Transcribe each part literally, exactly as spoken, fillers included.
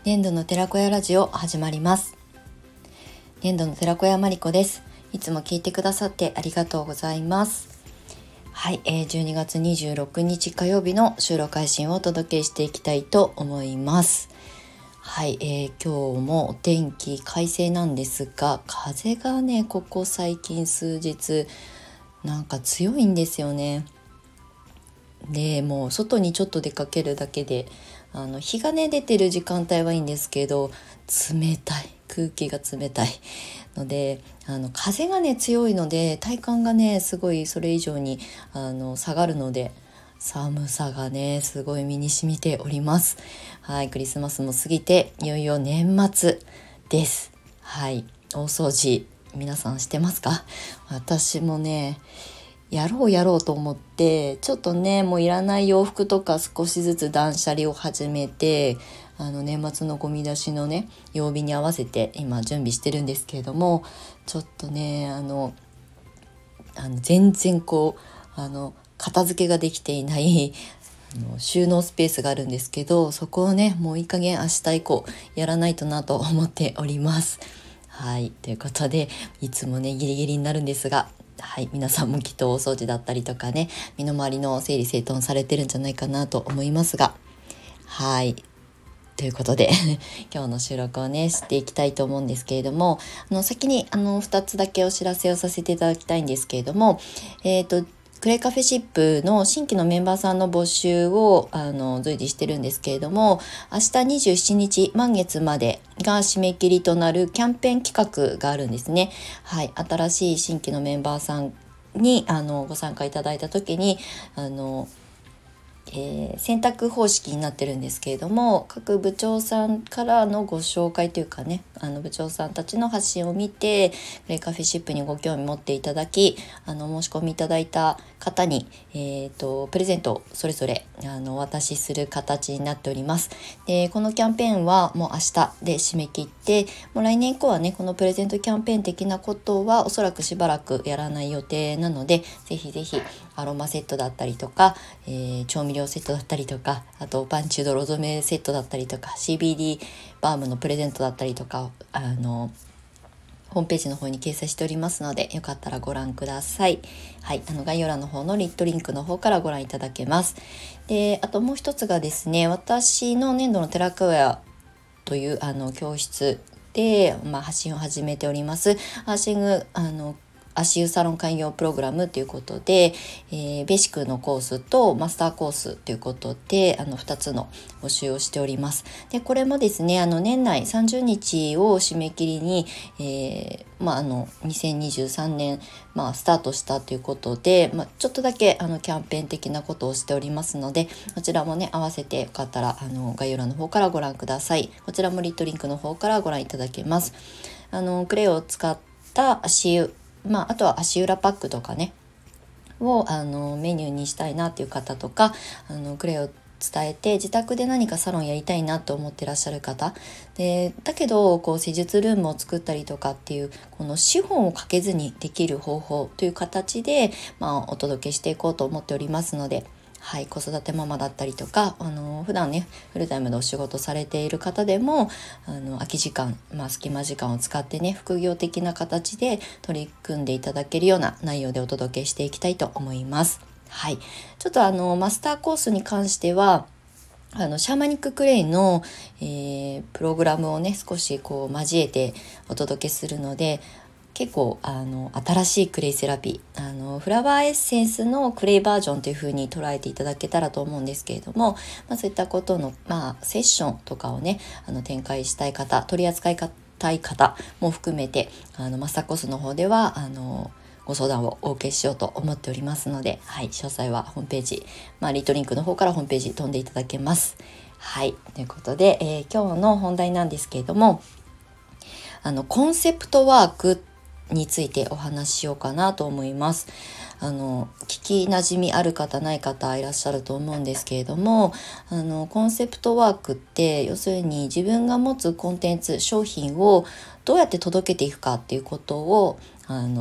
粘土の寺子屋ラジオ始まります。粘土の寺子屋まりこです。いつも聞いてくださってありがとうございます。はい、えー、じゅうにがつにじゅうろくにち火曜日の収録配信をお届けしていきたいと思います。はい、えー、今日もお天気快晴なんですが、風がねここ最近数日なんか強いんですよね。でもう外にちょっと出かけるだけであの日がね出てる時間帯はいいんですけど、冷たい空気が冷たいので、あの風がね強いので体感がねすごいそれ以上にあの下がるので、寒さがねすごい身に染みております。はい、クリスマスも過ぎていよいよ年末です。はい、大掃除皆さんしてますか？私もねやろうやろうと思ってちょっとねもういらない洋服とか少しずつ断捨離を始めて、あの年末のゴミ出しのね曜日に合わせて今準備してるんですけれども、ちょっとねあのあの全然こうあの片付けができていないあの収納スペースがあるんですけど、そこをねもういい加減明日以降やらないとなと思っております。はい、ということでいつもねギリギリになるんですが、はい、皆さんもきっとお掃除だったりとかね身の回りの整理整頓されてるんじゃないかなと思いますが、はいということで今日の収録をねしていきたいと思うんですけれども、あの先にあのふたつだけお知らせをさせていただきたいんですけれども、えっとクレイカフェシップの新規のメンバーさんの募集をあの随時してるんですけれども、明日にじゅうしちにち満月までが締め切りとなるキャンペーン企画があるんですね。はい、新しい新規のメンバーさんにあのご参加いただいた時にあのえー、選択方式になってるんですけれども、各部長さんからのご紹介というかね、あの部長さんたちの発信を見てクレイカフェシップにご興味持っていただき、あの申し込みいただいた方に、えー、とプレゼントをそれぞれあのお渡しする形になっております。でこのキャンペーンはもう明日で締め切って、もう来年以降はねこのプレゼントキャンペーン的なことはおそらくしばらくやらない予定なので、ぜひぜひアロマセットだったりとか、えー、調味料セットだったりとか、あとパンチ泥染めセットだったりとか シービーディー バームのプレゼントだったりとか、あのホームページの方に掲載しておりますので、よかったらご覧ください。はい、あの概要欄の方のリットリンクの方からご覧いただけます。で、あともう一つがですね、私の粘土の寺子屋というあの教室で、まあ、発信を始めております。アーシングあの足湯サロン開業プログラムということで、えー、ベーシックのコースとマスターコースということであのふたつの募集をしております。でこれもですね、あの年内さんじゅうにちを締め切りに、えーまあ、あのにせんにじゅうさんねん、まあ、スタートしたということで、まあ、ちょっとだけあのキャンペーン的なことをしておりますので、こちらもね合わせてよかったらあの概要欄の方からご覧ください。こちらもリットリンクの方からご覧いただけます。あのクレイを使った足湯、まあ、あとは足裏パックとかねをあのメニューにしたいなっていう方とか、あのクレイを伝えて自宅で何かサロンやりたいなと思ってらっしゃる方で、だけどこう施術ルームを作ったりとかっていうこの資本をかけずにできる方法という形で、まあ、お届けしていこうと思っておりますので、はい、子育てママだったりとか、あの普段ねフルタイムでお仕事されている方でもあの空き時間、まあ、隙間時間を使ってね副業的な形で取り組んでいただけるような内容でお届けしていきたいと思います。はい、ちょっとあのマスターコースに関してはあのシャーマニッククレイの、えー、プログラムをね少しこう交えてお届けするので、結構あの新しいクレイセラピー、あのフラワーエッセンスのクレイバージョンという風に捉えていただけたらと思うんですけれども、まあ、そういったことの、まあ、セッションとかをねあの展開したい方、取り扱いたい方も含めてあのマスターコースの方ではあのご相談をお受けしようと思っておりますので、はい、詳細はホームページ、まあ、リットリンクの方からホームページ飛んでいただけます。はい、ということで、えー、今日の本題なんですけれども、あのコンセプトワークについてお話ししようかなと思います。あの聞きなじみある方ない方いらっしゃると思うんですけれども、あのコンセプトワークって要するに自分が持つコンテンツ商品をどうやって届けていくかっていうことをあの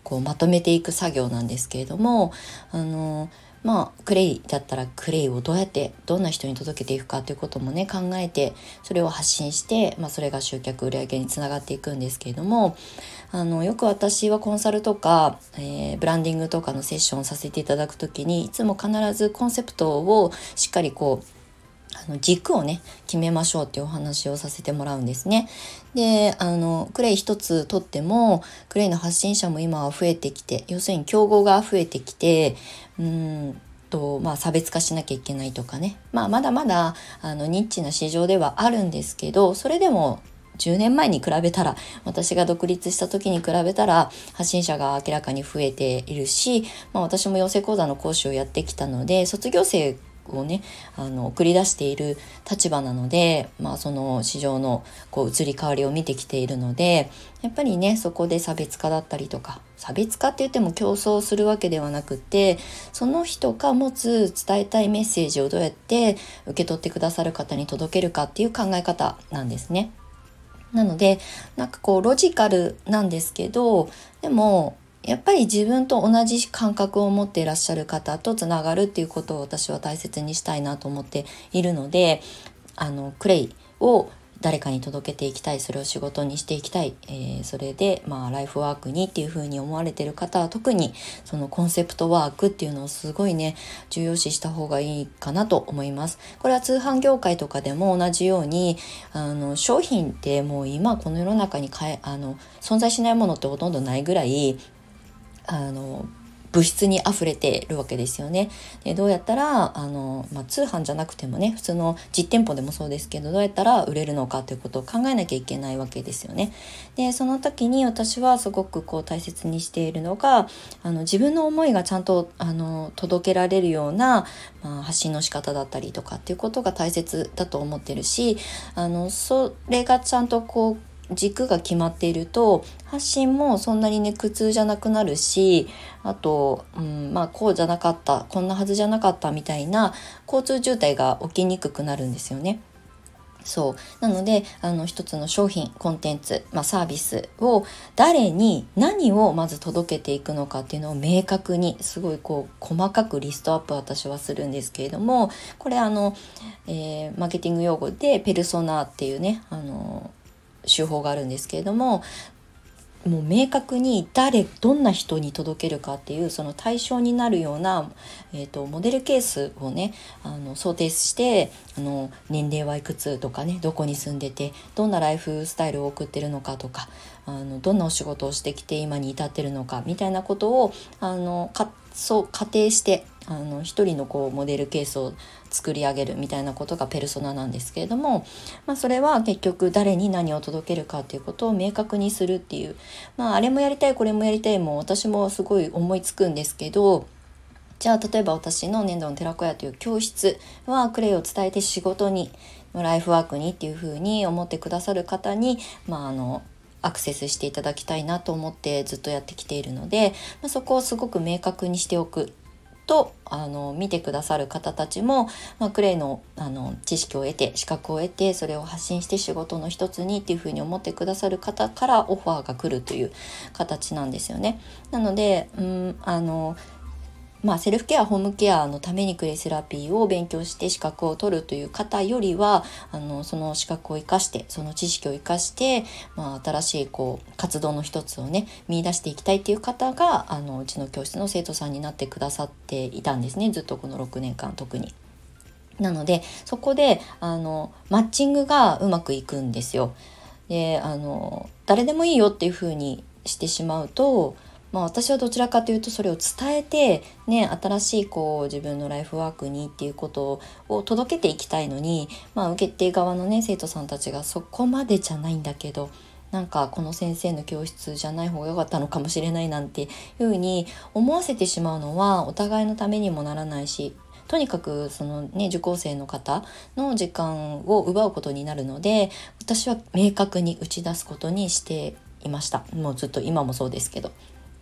こうまとめていく作業なんですけれども、あのまあクレイだったらクレイをどうやってどんな人に届けていくかということもね考えて、それを発信して、まあ、それが集客売上につながっていくんですけれども、あのよく私はコンサルとか、えー、ブランディングとかのセッションをさせていただくときに、いつも必ずコンセプトをしっかりこうあの軸をね決めましょうっていうお話をさせてもらうんですね。で、あのクレイ一つとっても、クレイの発信者も今は増えてきて、要するに競合が増えてきて、うーんとまあ差別化しなきゃいけないとかね、まあまだまだあのニッチな市場ではあるんですけど、それでもじゅうねんまえに比べたら、私が独立した時に比べたら発信者が明らかに増えているし、まあ、私も養成講座の講師をやってきたので、卒業生をねあの送り出している立場なので、まあ、その市場のこう移り変わりを見てきているので、やっぱりねそこで差別化だったりとか、差別化って言っても競争するわけではなくて、その人が持つ伝えたいメッセージをどうやって受け取ってくださる方に届けるかっていう考え方なんですね。なのでなんかこうロジカルなんですけど、でもやっぱり自分と同じ感覚を持っていらっしゃる方とつながるっていうことを私は大切にしたいなと思っているので、あのクレイを誰かに届けていきたい、それを仕事にしていきたい、えー、それでまあライフワークにっていう風に思われている方は、特にそのコンセプトワークっていうのをすごいね重要視した方がいいかなと思います。これは通販業界とかでも同じように、あの商品ってもう今この世の中にかえあの存在しないものってほとんどないぐらい、あの物質に溢れてるわけですよね。でどうやったらあの、まあ、通販じゃなくてもね普通の実店舗でもそうですけど、どうやったら売れるのかということを考えなきゃいけないわけですよね。でその時に私はすごくこう大切にしているのが、あの自分の思いがちゃんとあの届けられるような、まあ、発信の仕方だったりとかっていうことが大切だと思ってるし、あのそれがちゃんとこう軸が決まっていると発信もそんなにね苦痛じゃなくなるし、あと、うん、まあこうじゃなかった、こんなはずじゃなかったみたいな交通渋滞が起きにくくなるんですよね。そうなので、あの一つの商品コンテンツ、まあ、サービスを誰に何をまず届けていくのかっていうのを明確に、すごいこう細かくリストアップ私はするんですけれども、これあの、えーマーケティング用語でペルソナっていうねあの手法があるんですけれども、もう明確に誰どんな人に届けるかっていうその対象になるような、えーと、モデルケースをねあの想定して、あの年齢はいくつとかね、どこに住んでてどんなライフスタイルを送ってるのかとか、あのどんなお仕事をしてきて今に至ってるのかみたいなことをあのかそう仮定して、あの一人のこうモデルケースを作り上げるみたいなことがペルソナなんですけれども、まあ、それは結局誰に何を届けるかということを明確にするっていう、まあ、あれもやりたいこれもやりたいも私もすごい思いつくんですけど、じゃあ例えば私の粘土の寺子屋という教室はクレイを伝えて仕事にライフワークにっていうふうに思ってくださる方に、まあ、あのアクセスしていただきたいなと思ってずっとやってきているので、まあ、そこをすごく明確にしておくと、あの見てくださる方たちも、まあ、クレイの、あの知識を得て資格を得てそれを発信して仕事の一つにっていうふうに思ってくださる方からオファーが来るという形なんですよね。なので、うん、あのまあ、セルフケアホームケアのためにクレイセラピーを勉強して資格を取るという方よりは、あのその資格を生かしてその知識を生かして、まあ、新しいこう活動の一つをね見出していきたいっていう方があのうちの教室の生徒さんになってくださっていたんですね、ずっとこのろくねんかん特に。なのでそこであのマッチングがうまくいくんですよ。であの誰でもいいよっていう風にしてしまうと、まあ、私はどちらかというとそれを伝えて、ね、新しいこう自分のライフワークにっていうことを届けていきたいのに、まあ、受け手側の、ね、生徒さんたちがそこまでじゃないんだけど、なんかこの先生の教室じゃない方が良かったのかもしれないなんていうふうに思わせてしまうのはお互いのためにもならないし、とにかくその、ね、受講生の方の時間を奪うことになるので、私は明確に打ち出すことにしていました。もうずっと今もそうですけど。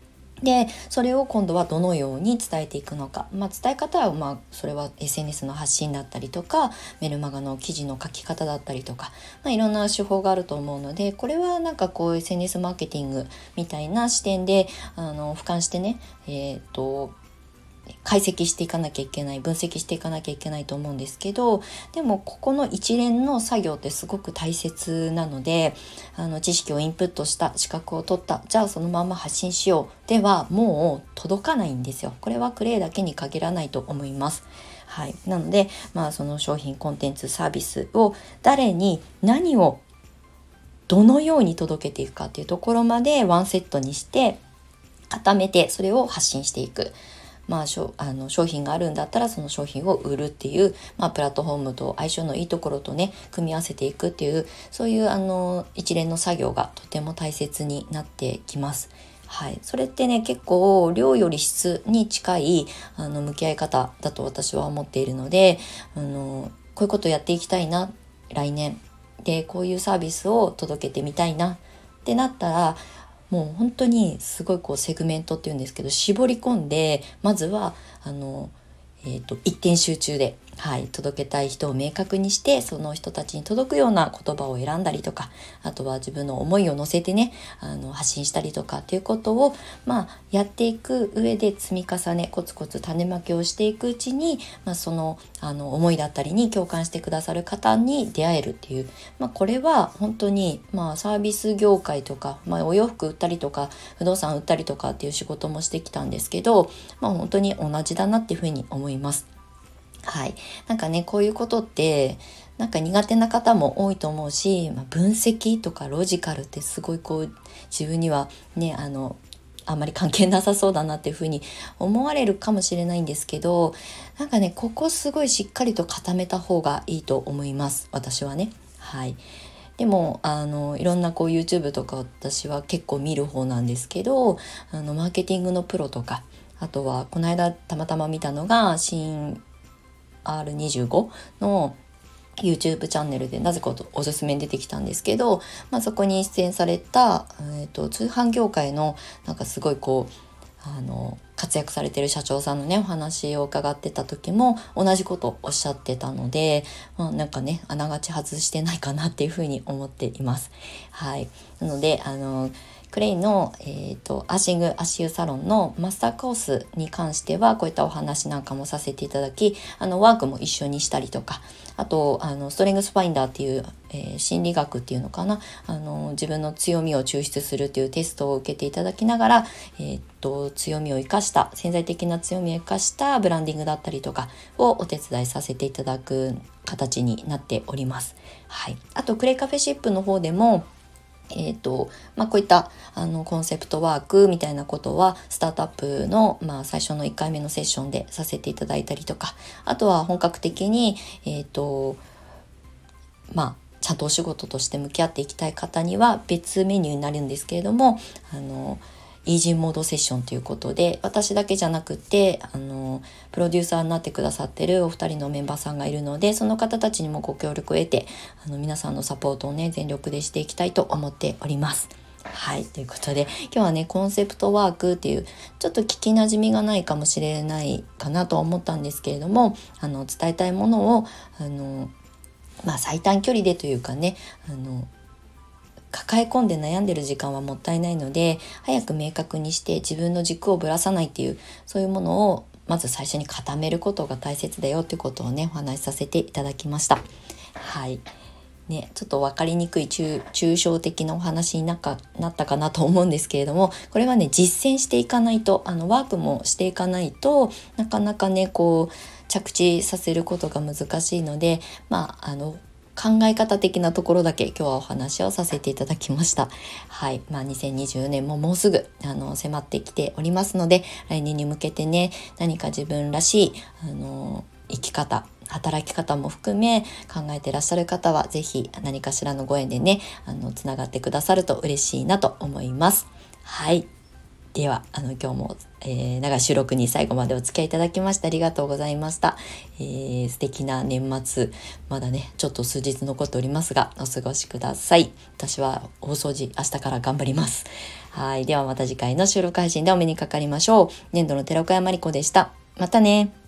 でそれを今度はどのように伝えていくのか、まあ、伝え方は、まあ、それは エスエヌエス の発信だったりとかメルマガの記事の書き方だったりとか、まあ、いろんな手法があると思うので、これはなんかこう エスエヌエス マーケティングみたいな視点であの俯瞰してね、えー、と解析していかなきゃいけない、分析していかなきゃいけないと思うんですけど、でもここの一連の作業ってすごく大切なので、あの知識をインプットした、資格を取った、じゃあそのまま発信しようではもう届かないんですよ。これはクレイだけに限らないと思います。はい、なので、まあ、その商品コンテンツサービスを誰に何をどのように届けていくかっていうところまでワンセットにして固めて、それを発信していく。まあ、しょあの商品があるんだったらその商品を売るっていう、まあ、プラットフォームと相性のいいところとね組み合わせていくっていう、そういうあの一連の作業がとても大切になってきます。はい、それってね結構量より質に近いあの向き合い方だと私は思っているので、あのこういうことをやっていきたいな、来年でこういうサービスを届けてみたいなってなったら、もう本当にすごいこうセグメントっていうんですけど、絞り込んでまずはあの、えーと、一点集中で、はい、届けたい人を明確にして、その人たちに届くような言葉を選んだりとか、あとは自分の思いを乗せてねあの発信したりとかっていうことを、まあ、やっていく上で積み重ね、コツコツ種まきをしていくうちに、まあ、その、あの思いだったりに共感してくださる方に出会えるっていう、まあ、これは本当に、まあ、サービス業界とか、まあ、お洋服売ったりとか不動産売ったりとかっていう仕事もしてきたんですけど、まあ、本当に同じだなっていうふうに思います。はい、なんかねこういうことってなんか苦手な方も多いと思うし、まあ、分析とかロジカルってすごいこう自分にはねあのあんまり関係なさそうだなっていうふうに思われるかもしれないんですけど、なんかねここすごいしっかりと固めた方がいいと思います、私はね。はい、でもあのいろんなこう YouTube とか私は結構見る方なんですけど、あのマーケティングのプロとか、あとはこの間たまたま見たのが新 アールにじゅうご の YouTube チャンネルでなぜかおすすめに出てきたんですけど、まあ、そこに出演された、えーと、通販業界のなんかすごいこうあの活躍されてる社長さんのねお話を伺ってた時も同じことをおっしゃってたので、まあ、なんかねあながち外してないかなっていうふうに思っています。はい、なのであのクレイの、えーと、アーシング足湯サロンのマスターコースに関してはこういったお話なんかもさせていただき、あのワークも一緒にしたりとか、あとあのストレングスファインダーっていう、えー、心理学っていうのかな、あの自分の強みを抽出するっていうテストを受けていただきながら、えーと、強みを生かした潜在的な強みを生かしたブランディングだったりとかをお手伝いさせていただく形になっております。はい、あとクレイカフェシップの方でもえーとまあ、こういったあのコンセプトワークみたいなことはスタートアップの、まあ、最初のいっかいめのセッションでさせていただいたりとか、あとは本格的に、えーとまあ、ちゃんとお仕事として向き合っていきたい方には別メニューになるんですけれども、あのイージーモードセッションということで、私だけじゃなくてあのプロデューサーになってくださってるお二人のメンバーさんがいるので、その方たちにもご協力を得てあの皆さんのサポートをね全力でしていきたいと思っております。はい、ということで今日はねコンセプトワークっていうちょっと聞きなじみがないかもしれないかなと思ったんですけれども、あの伝えたいものをあの、まあ、最短距離でというかね、あの抱え込んで悩んでる時間はもったいないので、早く明確にして自分の軸をぶらさないっていう、そういうものをまず最初に固めることが大切だよっていうことをねお話しさせていただきました。はいね、ちょっと分かりにくい 抽, 抽象的なお話になかなったかなと思うんですけれども、これはね実践していかないと、あのワークもしていかないとなかなかねこう着地させることが難しいので、まああの考え方的なところだけ今日はお話をさせていただきました。はい、まあ、にせんにじゅうねんももうすぐあの迫ってきておりますので、来年に向けてね何か自分らしいあの生き方、働き方も含め考えていらっしゃる方はぜひ何かしらのご縁でねあのつながってくださると嬉しいなと思います。はい、 ではあの今日も、えー、長い収録に最後までお付き合いいただきましてありがとうございました。えー、素敵な年末、まだねちょっと数日残っておりますがお過ごしください。私は大掃除明日から頑張ります。はい、ではまた次回の収録配信でお目にかかりましょう。年度の寺子屋まりこでした。またね。